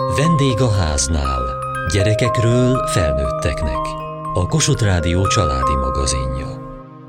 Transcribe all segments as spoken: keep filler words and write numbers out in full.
Vendég a háznál. Gyerekekről felnőtteknek. A Kossuth Rádió családi magazinja.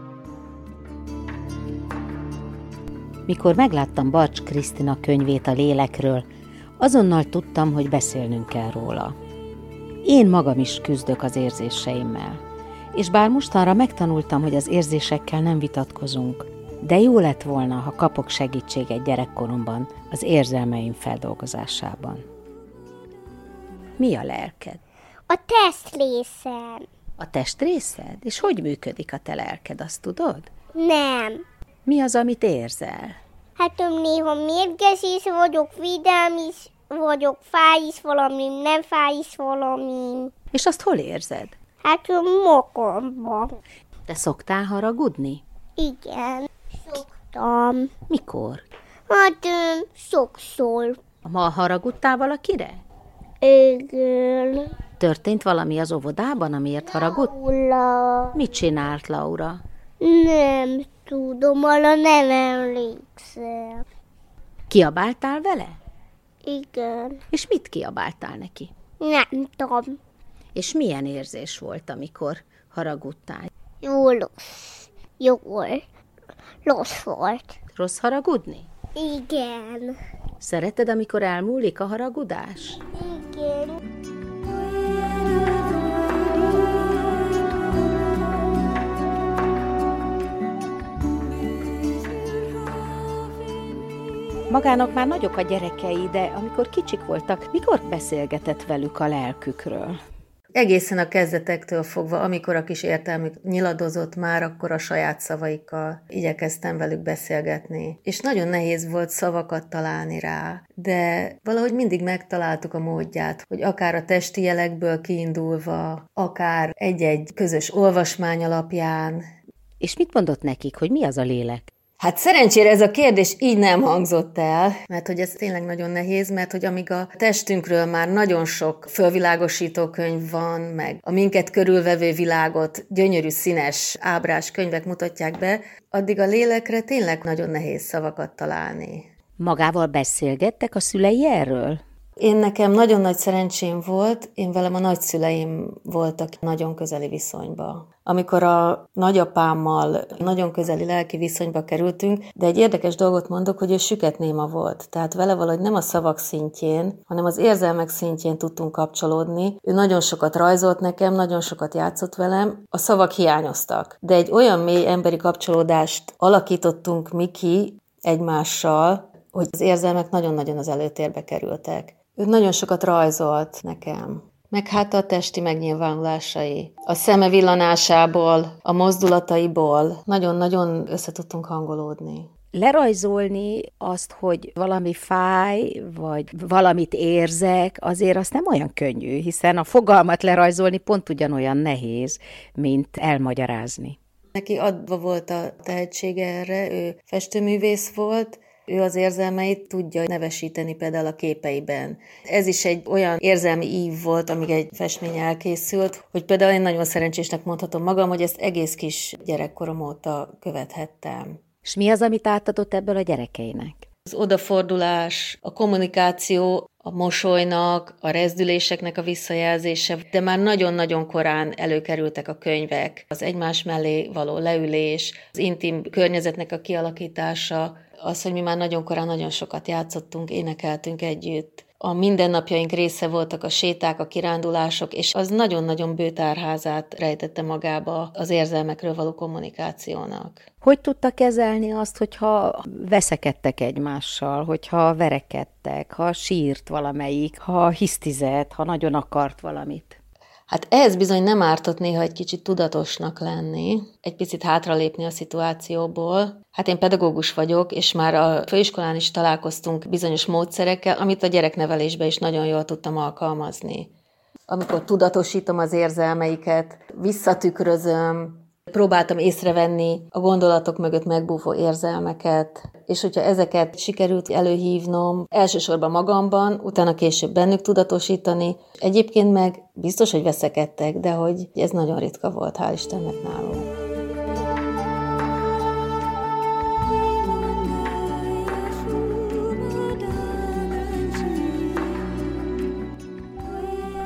Mikor megláttam Barcs Krisztina könyvét a lélekről, azonnal tudtam, hogy beszélnünk kell róla. Én magam is küzdök az érzéseimmel, és bár mostanra megtanultam, hogy az érzésekkel nem vitatkozunk, de jó lett volna, ha kapok segítséget gyerekkoromban az érzelmeim feldolgozásában. Mi a lelked? A testrészem. A testrészed? És hogy működik a te lelked, azt tudod? Nem. Mi az, amit érzel? Hát néha mérges is vagyok, vidám is vagyok, fáj is valami, nem fáj is valami. És azt hol érzed? Hát magamban. Te szoktál haragudni? Igen, szoktam. Mikor? Hát ö, sokszor. Ma haragudtál valakire? Igen. Történt valami az óvodában, amiért haragudtál? Laura. Mit csinált Laura? Nem tudom, arra nem emlékszem. Kiabáltál vele? Igen. És mit kiabáltál neki? Nem tudom. És milyen érzés volt, amikor haragudtál? Jó rossz. Jó volt. Rossz volt. Rossz haragudni? Igen. Szereted, amikor elmúlik a haragudás? Igen. Magának már nagyok a gyerekei, de amikor kicsik voltak, mikor beszélgetett velük a lelkükről? Egészen a kezdetektől fogva, amikor a kis értelmük nyiladozott már, akkor a saját szavaikkal igyekeztem velük beszélgetni. És nagyon nehéz volt szavakat találni rá, de valahogy mindig megtaláltuk a módját, hogy akár a testi jelekből kiindulva, akár egy-egy közös olvasmány alapján. És mit mondott nekik, hogy mi az a lélek? Hát szerencsére ez a kérdés így nem hangzott el, mert hogy ez tényleg nagyon nehéz, mert hogy amíg a testünkről már nagyon sok fölvilágosító könyv van, meg a minket körülvevő világot gyönyörű színes ábrás könyvek mutatják be, addig a lélekre tényleg nagyon nehéz szavakat találni. Magával beszélgettek a szülei erről? Én nekem nagyon nagy szerencsém volt, én velem a nagyszüleim voltak nagyon közeli viszonyba. Amikor a nagyapámmal nagyon közeli lelki viszonyba kerültünk, de egy érdekes dolgot mondok, hogy ő süketnéma volt. Tehát vele valahogy nem a szavak szintjén, hanem az érzelmek szintjén tudtunk kapcsolódni. Ő nagyon sokat rajzolt nekem, nagyon sokat játszott velem, a szavak hiányoztak. De egy olyan mély emberi kapcsolódást alakítottunk mi ki egymással, hogy az érzelmek nagyon-nagyon az előtérbe kerültek. Ő nagyon sokat rajzolt nekem. Meg hát a testi megnyilvánulásai. A szeme villanásából, a mozdulataiból nagyon-nagyon össze tudtunk hangolódni. Lerajzolni azt, hogy valami fáj, vagy valamit érzek, azért az nem olyan könnyű, hiszen a fogalmat lerajzolni pont ugyanolyan nehéz, mint elmagyarázni. Neki adva volt a tehetsége erre, ő festőművész volt, ő az érzelmeit tudja nevesíteni például a képeiben. Ez is egy olyan érzelmi ív volt, amíg egy festmény elkészült, hogy például én nagyon szerencsésnek mondhatom magam, hogy ezt egész kis gyerekkorom óta követhettem. És mi az, amit átadott ebből a gyerekeinek? Az odafordulás, a kommunikáció, a mosolynak, a rezdüléseknek a visszajelzése, de már nagyon-nagyon korán előkerültek a könyvek, az egymás mellé való leülés, az intim környezetnek a kialakítása, az, hogy mi már nagyon korán nagyon sokat játszottunk, énekeltünk együtt. A mindennapjaink része voltak a séták, a kirándulások, és az nagyon-nagyon bő tárházát rejtette magába az érzelmekről való kommunikációnak. Hogy tudta kezelni azt, hogyha veszekedtek egymással, hogyha verekedtek, ha sírt valamelyik, ha hisztizett, ha nagyon akart valamit? Hát ehhez bizony nem ártott néha egy kicsit tudatosnak lenni, egy picit hátralépni a szituációból. Hát én pedagógus vagyok, és már a főiskolán is találkoztunk bizonyos módszerekkel, amit a gyereknevelésben is nagyon jól tudtam alkalmazni. Amikor tudatosítom az érzelmeiket, visszatükrözöm, próbáltam észrevenni a gondolatok mögött megbúvó érzelmeket, és hogyha ezeket sikerült előhívnom, elsősorban magamban, utána később bennük tudatosítani. Egyébként meg biztos, hogy veszekedtek, de hogy ez nagyon ritka volt, hál' Istennek nálunk.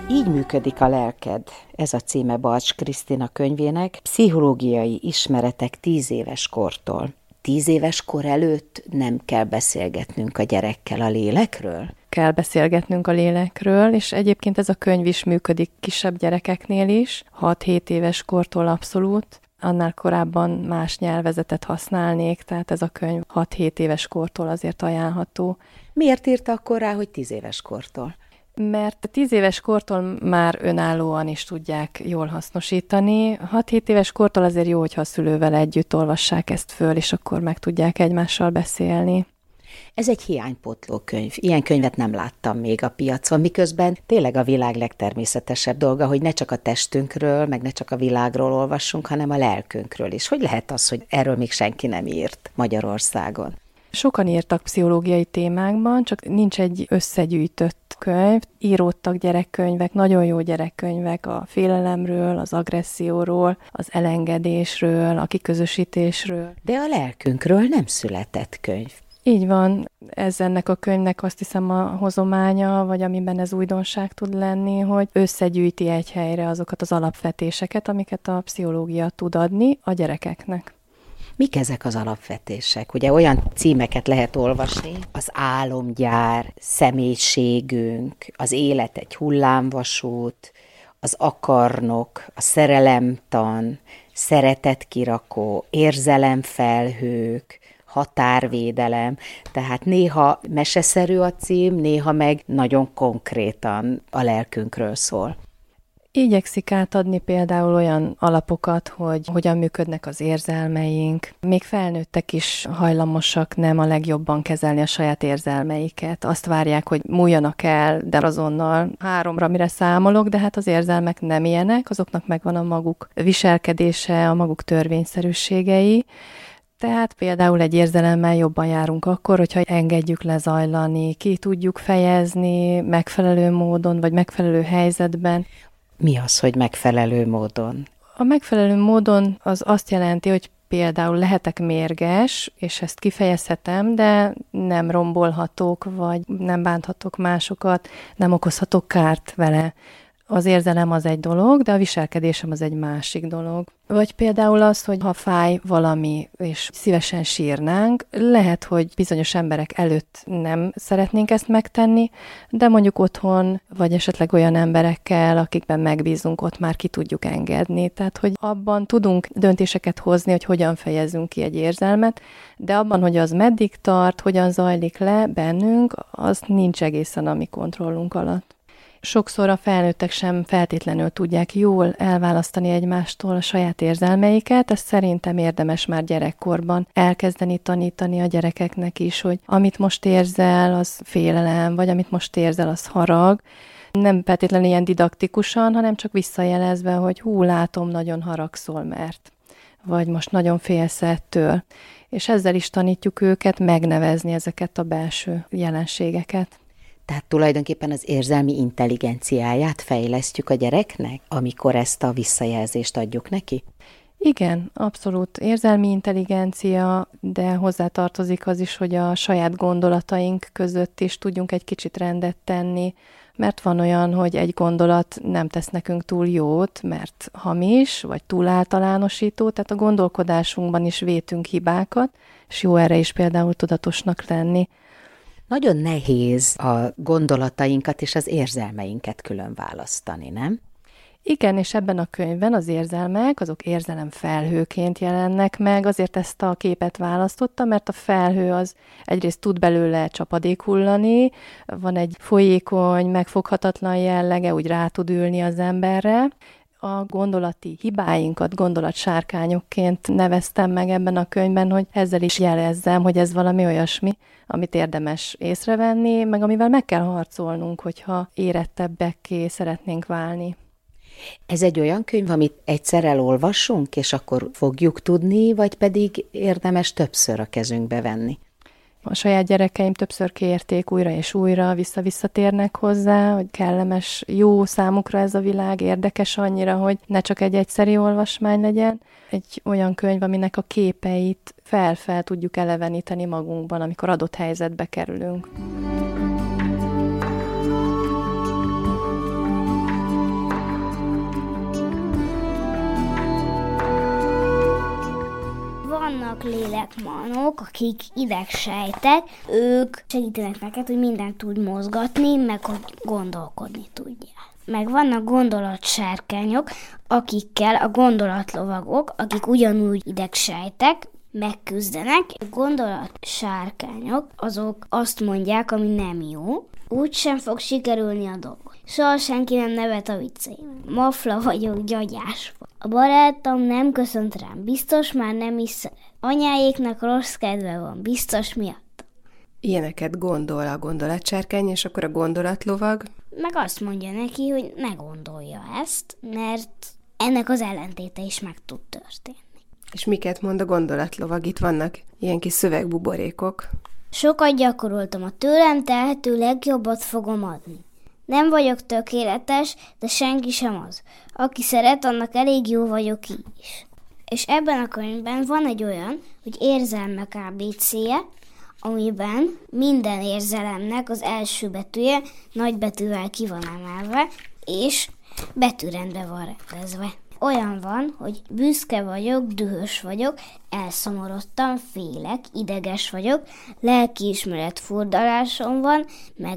Így működik a lelked. Ez a címe Barcs Krisztina könyvének, pszichológiai ismeretek tíz éves kortól. Tíz éves kor előtt nem kell beszélgetnünk a gyerekkel a lélekről? Kell beszélgetnünk a lélekről, és egyébként ez a könyv is működik kisebb gyerekeknél is, hat-hét éves kortól abszolút. Annál korábban más nyelvezetet használnék, tehát ez a könyv hat-hét éves kortól azért ajánlható. Miért írta akkor rá, hogy tíz éves kortól? Mert tíz éves kortól már önállóan is tudják jól hasznosítani. hat-hét éves kortól azért jó, hogyha a szülővel együtt olvassák ezt föl, és akkor meg tudják egymással beszélni. Ez egy hiánypótló könyv. Ilyen könyvet nem láttam még a piacon, miközben tényleg a világ legtermészetesebb dolga, hogy ne csak a testünkről, meg ne csak a világról olvassunk, hanem a lelkünkről is. Hogy lehet az, hogy erről még senki nem írt Magyarországon? Sokan írtak pszichológiai témákban, csak nincs egy összegyűjtött könyv. Íródtak gyerekkönyvek, nagyon jó gyerekkönyvek a félelemről, az agresszióról, az elengedésről, a kiközösítésről. De a lelkünkről nem született könyv. Így van, ez ennek a könyvnek azt hiszem a hozománya, vagy amiben ez újdonság tud lenni, hogy összegyűjti egy helyre azokat az alapvetéseket, amiket a pszichológia tud adni a gyerekeknek. Mik ezek az alapvetések? Ugye olyan címeket lehet olvasni, az álomgyár, személyiségünk, az élet egy hullámvasút, az akarnok, a szerelemtan, szeretetkirakó, érzelemfelhők, határvédelem, tehát néha meseszerű a cím, néha meg nagyon konkrétan a lelkünkről szól. Igyekszik átadni például olyan alapokat, hogy hogyan működnek az érzelmeink. Még felnőttek is hajlamosak nem a legjobban kezelni a saját érzelmeiket. Azt várják, hogy múljanak el, de azonnal háromra mire számolok, de hát az érzelmek nem ilyenek, azoknak megvan a maguk viselkedése, a maguk törvényszerűségei. Tehát például egy érzelemmel jobban járunk akkor, hogyha engedjük lezajlani, ki tudjuk fejezni megfelelő módon, vagy megfelelő helyzetben. Mi az, hogy megfelelő módon? A megfelelő módon az azt jelenti, hogy például lehetek mérges, és ezt kifejezhetem, de nem rombolhatok, vagy nem bánthatok másokat, nem okozhatok kárt vele. Az érzelem az egy dolog, de a viselkedésem az egy másik dolog. Vagy például az, hogy ha fáj valami, és szívesen sírnánk, lehet, hogy bizonyos emberek előtt nem szeretnénk ezt megtenni, de mondjuk otthon, vagy esetleg olyan emberekkel, akikben megbízunk, ott már ki tudjuk engedni. Tehát, hogy abban tudunk döntéseket hozni, hogy hogyan fejezzünk ki egy érzelmet, de abban, hogy az meddig tart, hogyan zajlik le bennünk, az nincs egészen a mi kontrollunk alatt. Sokszor a felnőttek sem feltétlenül tudják jól elválasztani egymástól a saját érzelmeiket, ezt szerintem érdemes már gyerekkorban elkezdeni tanítani a gyerekeknek is, hogy amit most érzel, az félelem, vagy amit most érzel, az harag. Nem feltétlenül ilyen didaktikusan, hanem csak visszajelezve, hogy hú, látom, nagyon haragszol, mert vagy most nagyon félsz ettől. És ezzel is tanítjuk őket megnevezni ezeket a belső jelenségeket. Tehát tulajdonképpen az érzelmi intelligenciáját fejlesztjük a gyereknek, amikor ezt a visszajelzést adjuk neki? Igen, abszolút érzelmi intelligencia, de hozzátartozik az is, hogy a saját gondolataink között is tudjunk egy kicsit rendet tenni, mert van olyan, hogy egy gondolat nem tesz nekünk túl jót, mert hamis, vagy túl általánosító, tehát a gondolkodásunkban is vétünk hibákat, és jó erre is például tudatosnak lenni. Nagyon nehéz a gondolatainkat és az érzelmeinket külön választani, nem? Igen, és ebben a könyvben az érzelmek, azok érzelemfelhőként jelennek meg, azért ezt a képet választottam, mert a felhő az egyrészt tud belőle csapadék hullani, van egy folyékony, megfoghatatlan jellege, úgy rá tud ülni az emberre. A gondolati hibáinkat gondolatsárkányokként neveztem meg ebben a könyvben, hogy ezzel is jelezzem, hogy ez valami olyasmi, amit érdemes észrevenni, meg amivel meg kell harcolnunk, hogyha érettebbekké szeretnénk válni. Ez egy olyan könyv, amit egyszer elolvassunk, és akkor fogjuk tudni, vagy pedig érdemes többször a kezünkbe venni? A saját gyerekeim többször kérték újra és újra, visszavisszatérnek hozzá, hogy kellemes, jó számukra ez a világ, érdekes annyira, hogy ne csak egy egyszeri olvasmány legyen. Egy olyan könyv, aminek a képeit fel-fel tudjuk eleveníteni magunkban, amikor adott helyzetbe kerülünk. ezek manok, akik idegsejtek, ők segítenek neked, hogy mindent tud mozgatni, meg hogy gondolkodni tudjál. Meg vannak gondolatsárkányok, akikkel a gondolatlovagok, akik ugyanúgy idegsejtek, megküzdenek. A gondolatsárkányok azok azt mondják, ami nem jó, úgy sem fog sikerülni a dolog. Soha senki nem nevet a vicceim. Mafla vagyok, gyagyás. A barátom nem köszönt rám, biztos már nem is szeret. Anyáéknak rossz kedve van, biztos miatt. Ilyeneket gondol a gondolatsárkány, és akkor a gondolatlovag? Meg azt mondja neki, hogy ne gondolja ezt, mert ennek az ellentéte is meg tud történni. És miket mond a gondolatlovag? Itt vannak ilyen kis szövegbuborékok. Sokat gyakoroltam, a tőlem telhető legjobbat fogom adni. Nem vagyok tökéletes, de senki sem az. Aki szeret, annak elég jó vagyok így is. És ebben a könyvben van egy olyan, hogy érzelmek á bé céje, amiben minden érzelemnek az első betűje nagybetűvel ki van emelve, és betűrendben van rendezve. Olyan van, hogy büszke vagyok, dühös vagyok, elszomorodtam, félek, ideges vagyok, lelkiismeret furdalásom van,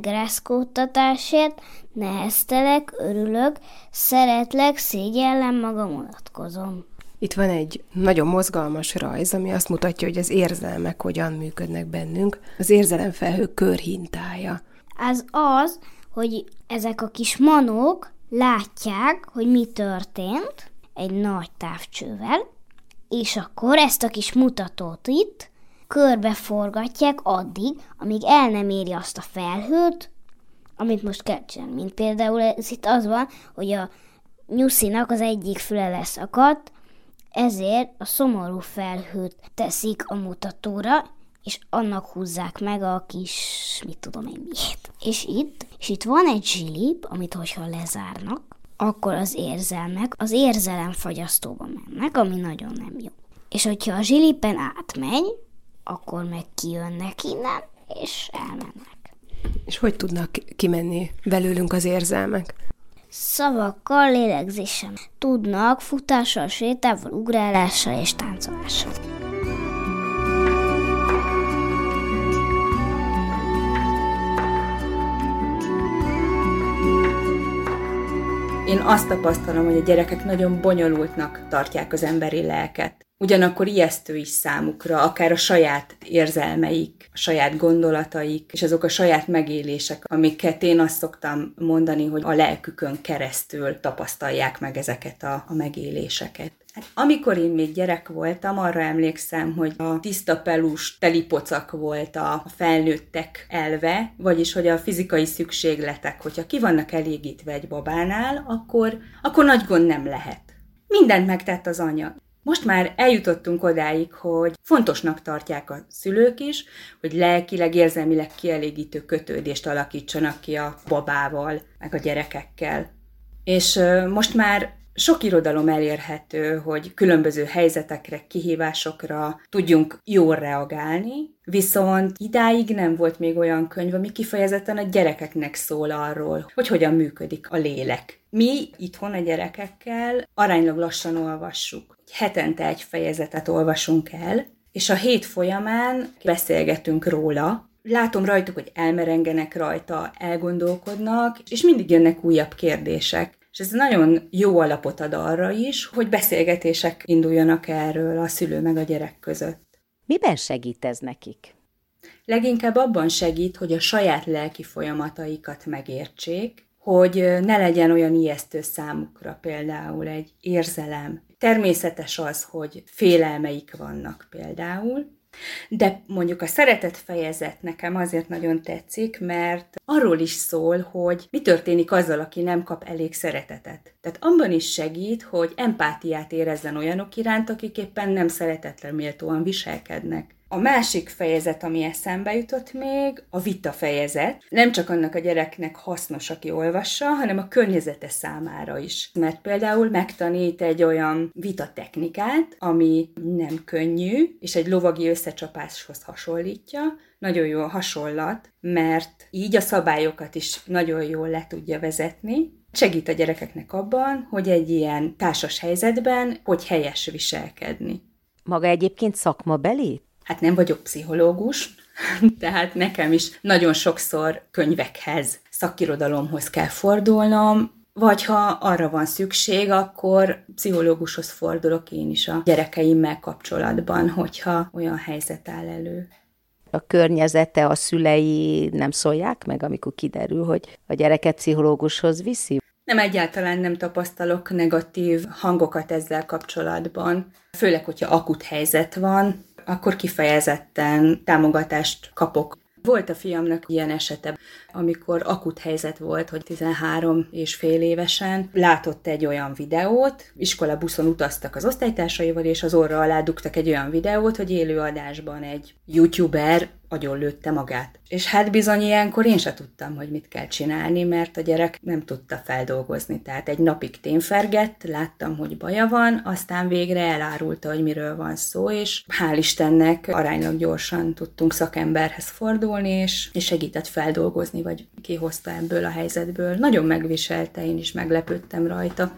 megrázkódtatásért, neheztelek, örülök, szeretlek, szégyellem magam, unatkozom. Itt van egy nagyon mozgalmas rajz, ami azt mutatja, hogy az érzelmek hogyan működnek bennünk. Az érzelemfelhő körhintája. Az az, hogy ezek a kis manók látják, hogy mi történt egy nagy távcsővel, és akkor ezt a kis mutatót itt körbeforgatják addig, amíg el nem éri azt a felhőt, amit most kell csinálni. Mint például ez itt az van, hogy a nyuszinak az egyik füle leszakadt, ezért a szomorú felhőt teszik a mutatóra, és annak húzzák meg a kis, mit tudom én miért. És itt, és itt van egy zsilip, amit hogyha lezárnak, akkor az érzelmek az érzelemfagyasztóba mennek, ami nagyon nem jó. És hogyha a zsilipen átmegy, akkor meg kijönnek innen, és elmennek. És hogy tudnak kimenni belőlünk az érzelmek? Szavakkal, lélegzéssel. Tudnak futással, sétával, ugrálással és táncolással. Én azt tapasztalom, hogy a gyerekek nagyon bonyolultnak tartják az emberi lelket. Ugyanakkor ijesztő is számukra, akár a saját érzelmeik, a saját gondolataik, és azok a saját megélések, amiket én azt szoktam mondani, hogy a lelkükön keresztül tapasztalják meg ezeket a, a megéléseket. Hát, amikor én még gyerek voltam, arra emlékszem, hogy a tiszta pelus telipocak volt a felnőttek elve, vagyis hogy a fizikai szükségletek, hogyha ki vannak elégítve egy babánál, akkor, akkor nagy gond nem lehet. Mindent megtett az anya. Most már eljutottunk odáig, hogy fontosnak tartják a szülők is, hogy lelkileg, érzelmileg kielégítő kötődést alakítsanak ki a babával, meg a gyerekekkel. És most már sok irodalom elérhető, hogy különböző helyzetekre, kihívásokra tudjunk jól reagálni, viszont idáig nem volt még olyan könyv, ami kifejezetten a gyerekeknek szól arról, hogy hogyan működik a lélek. Mi itthon a gyerekekkel aránylag lassan olvassuk. Hetente egy fejezetet olvasunk el, és a hét folyamán beszélgetünk róla. Látom rajtuk, hogy elmerengenek rajta, elgondolkodnak, és mindig jönnek újabb kérdések. És ez nagyon jó alapot ad arra is, hogy beszélgetések induljanak erről a szülő meg a gyerek között. Miben segít ez nekik? Leginkább abban segít, hogy a saját lelki folyamataikat megértsék, hogy ne legyen olyan ijesztő számukra például egy érzelem. Természetes az, hogy félelmeik vannak például, de mondjuk a szeretet fejezet nekem azért nagyon tetszik, mert arról is szól, hogy mi történik azzal, aki nem kap elég szeretetet. Tehát abban is segít, hogy empátiát érezzen olyanok iránt, akik éppen nem szeretetre méltóan viselkednek. A másik fejezet, ami eszembe jutott még, a vita fejezet. Nem csak annak a gyereknek hasznos, aki olvassa, hanem a környezete számára is. Mert például megtanít egy olyan vita technikát, ami nem könnyű, és egy lovagi összecsapáshoz hasonlítja. Nagyon jó a hasonlat, mert így a szabályokat is nagyon jól le tudja vezetni. Segít a gyerekeknek abban, hogy egy ilyen társas helyzetben hogy helyes viselkedni. Maga egyébként szakmabeli? Hát nem vagyok pszichológus, tehát nekem is nagyon sokszor könyvekhez, szakirodalomhoz kell fordulnom, vagy ha arra van szükség, akkor pszichológushoz fordulok én is a gyerekeimmel kapcsolatban, hogyha olyan helyzet áll elő. A környezete, a szülei nem szólják meg, amikor kiderül, hogy a gyereket pszichológushoz viszi? Nem, egyáltalán nem tapasztalok negatív hangokat ezzel kapcsolatban. Főleg, hogyha akut helyzet van, akkor kifejezetten támogatást kapok. Volt a fiamnak ilyen esete, amikor akut helyzet volt, hogy tizenhárom és fél évesen látott egy olyan videót, iskolabuszon utaztak az osztálytársaival, és az orra alá dugtak egy olyan videót, hogy élő adásban egy youtuber agyonlőtte magát. És hát bizony ilyenkor én se tudtam, hogy mit kell csinálni, mert a gyerek nem tudta feldolgozni. Tehát egy napig témfergett, láttam, hogy baja van, aztán végre elárulta, hogy miről van szó, és hál' Istennek aránylag gyorsan tudtunk szakemberhez fordulni, és, és segített feldolgozni, vagy kihozta ebből a helyzetből. Nagyon megviselte, én is meglepődtem rajta.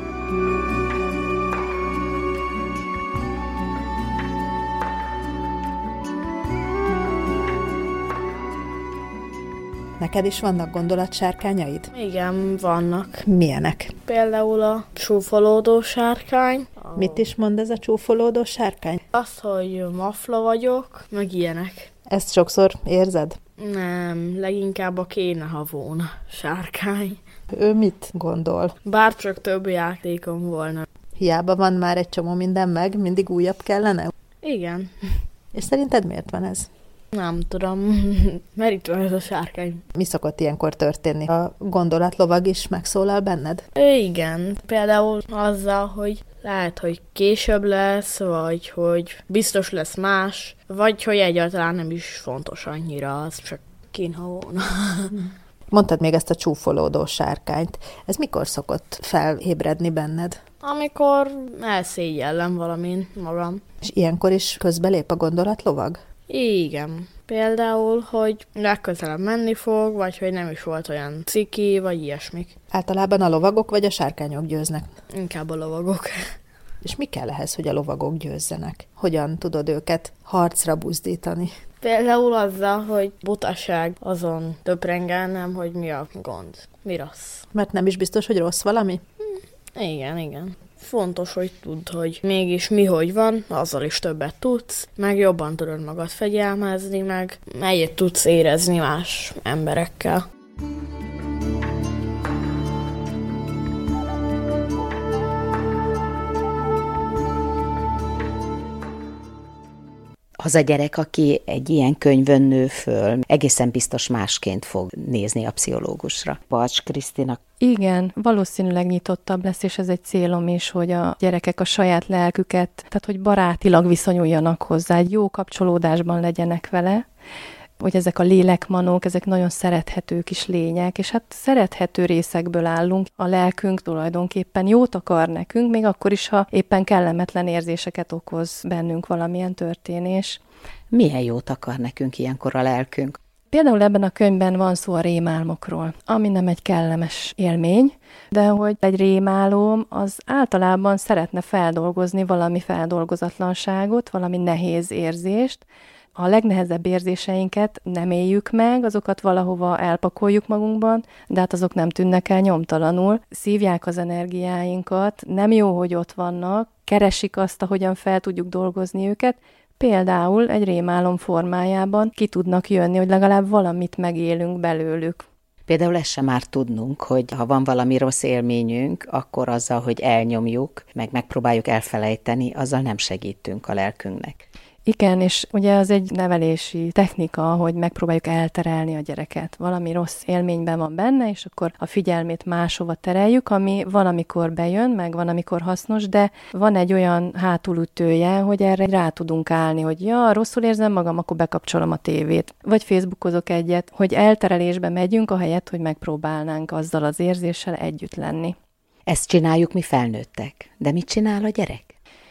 Neked is vannak gondolatsárkányaid? Igen, vannak. Milyenek? Például a csúfolódó sárkány. Mit is mond ez a csúfolódó sárkány? Azt, hogy mafla vagyok, meg ilyenek. Ezt sokszor érzed? Nem, leginkább a kéne, ha volna sárkány. Ő mit gondol? Bár csak több játékom volna. Hiába van már egy csomó minden meg, mindig újabb kellene? Igen. És szerinted miért van ez? Nem tudom, mert itt van ez a sárkány. Mi szokott ilyenkor történni? A gondolatlovag is megszólal benned? Igen, például azzal, hogy lehet, hogy később lesz, vagy hogy biztos lesz más, vagy hogy egyáltalán nem is fontos annyira, az csak kínha volna. Mondtad még ezt a csúfolódó sárkányt. Ez mikor szokott felébredni benned? Amikor elszégyellem valamin magam. És ilyenkor is közbelép a gondolatlovag? Igen. Például, hogy legközelebb menni fog, vagy hogy nem is volt olyan ciki, vagy ilyesmik. Általában a lovagok vagy a sárkányok győznek? Inkább a lovagok. És mi kell ehhez, hogy a lovagok győzzenek? Hogyan tudod őket harcra buzdítani? Például azzal, hogy butaság azon töprengelnem, hogy mi a gond, mi rossz. Mert nem is biztos, hogy rossz valami? Hm, igen, igen. Fontos, hogy tudd, hogy mégis mi hogy van, azzal is többet tudsz, meg jobban tudod magad fegyelmezni, meg egyet tudsz érezni más emberekkel. Az a gyerek, aki egy ilyen könyvön nő föl, egészen biztos másként fog nézni a pszichológusra. Balcs Krisztina. Igen, valószínűleg nyitottabb lesz, és ez egy célom is, hogy a gyerekek a saját lelküket, tehát hogy barátilag viszonyuljanak hozzá, egy jó kapcsolódásban legyenek vele, hogy ezek a lélekmanók, ezek nagyon szerethető kis lények, és hát szerethető részekből állunk. A lelkünk tulajdonképpen jót akar nekünk, még akkor is, ha éppen kellemetlen érzéseket okoz bennünk valamilyen történés. Milyen jót akar nekünk ilyenkor a lelkünk? Például ebben a könyvben van szó a rémálmokról, ami nem egy kellemes élmény, de hogy egy rémálom az általában szeretne feldolgozni valami feldolgozatlanságot, valami nehéz érzést. A legnehezebb érzéseinket nem éljük meg, azokat valahova elpakoljuk magunkban, de hát azok nem tűnnek el nyomtalanul, szívják az energiáinkat, nem jó, hogy ott vannak, keresik azt, ahogyan fel tudjuk dolgozni őket, például egy rémálom formájában ki tudnak jönni, hogy legalább valamit megélünk belőlük. Például ezt sem már tudnunk, hogy ha van valami rossz élményünk, akkor azzal, hogy elnyomjuk, meg megpróbáljuk elfelejteni, azzal nem segítünk a lelkünknek. Igen, és ugye az egy nevelési technika, hogy megpróbáljuk elterelni a gyereket. Valami rossz élményben van benne, és akkor a figyelmét máshova tereljük, ami van, amikor bejön, meg van, amikor hasznos, de van egy olyan hátulütője, hogy erre rá tudunk állni, hogy ja, rosszul érzem magam, akkor bekapcsolom a tévét. Vagy facebookozok egyet, hogy elterelésbe megyünk, ahelyett, hogy megpróbálnánk azzal az érzéssel együtt lenni. Ezt csináljuk mi felnőttek, de mit csinál a gyerek?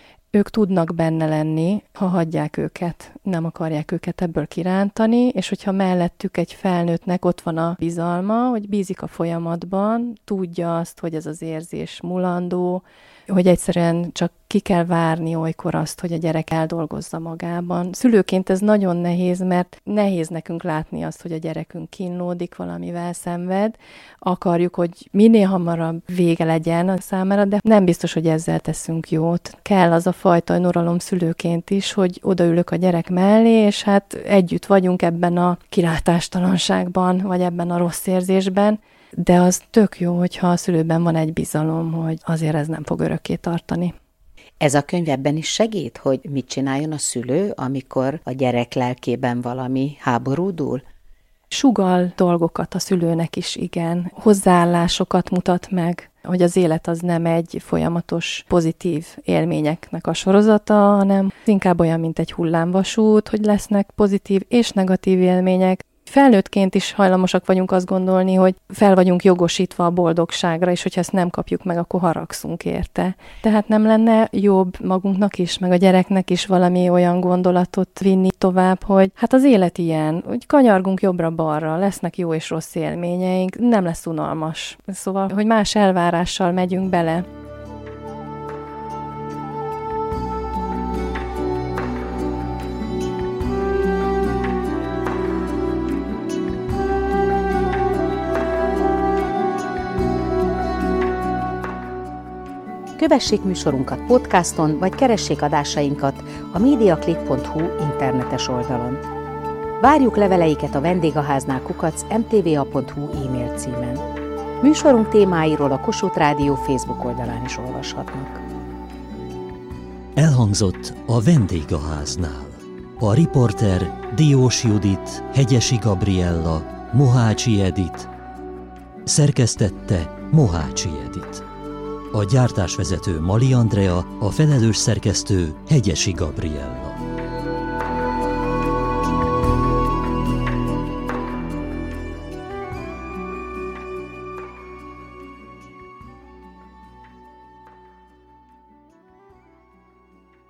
Ők tudnak benne lenni, ha hagyják őket, nem akarják őket ebből kirántani, és hogyha mellettük egy felnőttnek ott van a bizalma, hogy bízik a folyamatban, tudja azt, hogy ez az érzés mulandó, hogy egyszerűen csak ki kell várni olykor azt, hogy a gyerek eldolgozza magában. Szülőként ez nagyon nehéz, mert nehéz nekünk látni azt, hogy a gyerekünk kínlódik, valamivel szenved. Akarjuk, hogy minél hamarabb vége legyen a számára, de nem biztos, hogy ezzel teszünk jót. Kell az a fajta önuralom szülőként is, hogy odaülök a gyerek mellé, és hát együtt vagyunk ebben a kilátástalanságban, vagy ebben a rossz érzésben, de az tök jó, hogyha a szülőben van egy bizalom, hogy azért ez nem fog örökké tartani. Ez a könyv ebben is segít, hogy mit csináljon a szülő, amikor a gyerek lelkében valami háborúdul? Sugall dolgokat a szülőnek is, igen. Hozzáállásokat mutat meg, hogy az élet az nem egy folyamatos pozitív élményeknek a sorozata, hanem inkább olyan, mint egy hullámvasút, hogy lesznek pozitív és negatív élmények. Felnőttként is hajlamosak vagyunk azt gondolni, hogy fel vagyunk jogosítva a boldogságra, és hogyha ezt nem kapjuk meg, akkor haragszunk érte. Tehát nem lenne jobb magunknak is, meg a gyereknek is valami olyan gondolatot vinni tovább, hogy hát az élet ilyen, hogy kanyargunk jobbra-balra, lesznek jó és rossz élményeink, nem lesz unalmas. Szóval, hogy más elvárással megyünk bele. Kövessék műsorunkat podcaston, vagy keressék adásainkat a mediaclick pont hu internetes oldalon. Várjuk leveleiket a vendégháznál kukac em té vé á pont hu e-mail címen. Műsorunk témáiról a Kossuth Rádió Facebook oldalán is olvashatnak. Elhangzott a vendégháznál. A riporter Diós Judit, Hegyesi Gabriella, Mohácsi Edit, szerkesztette Mohácsi Edit. A gyártásvezető Mali Andrea, a felelős szerkesztő Hegyesi Gabriella.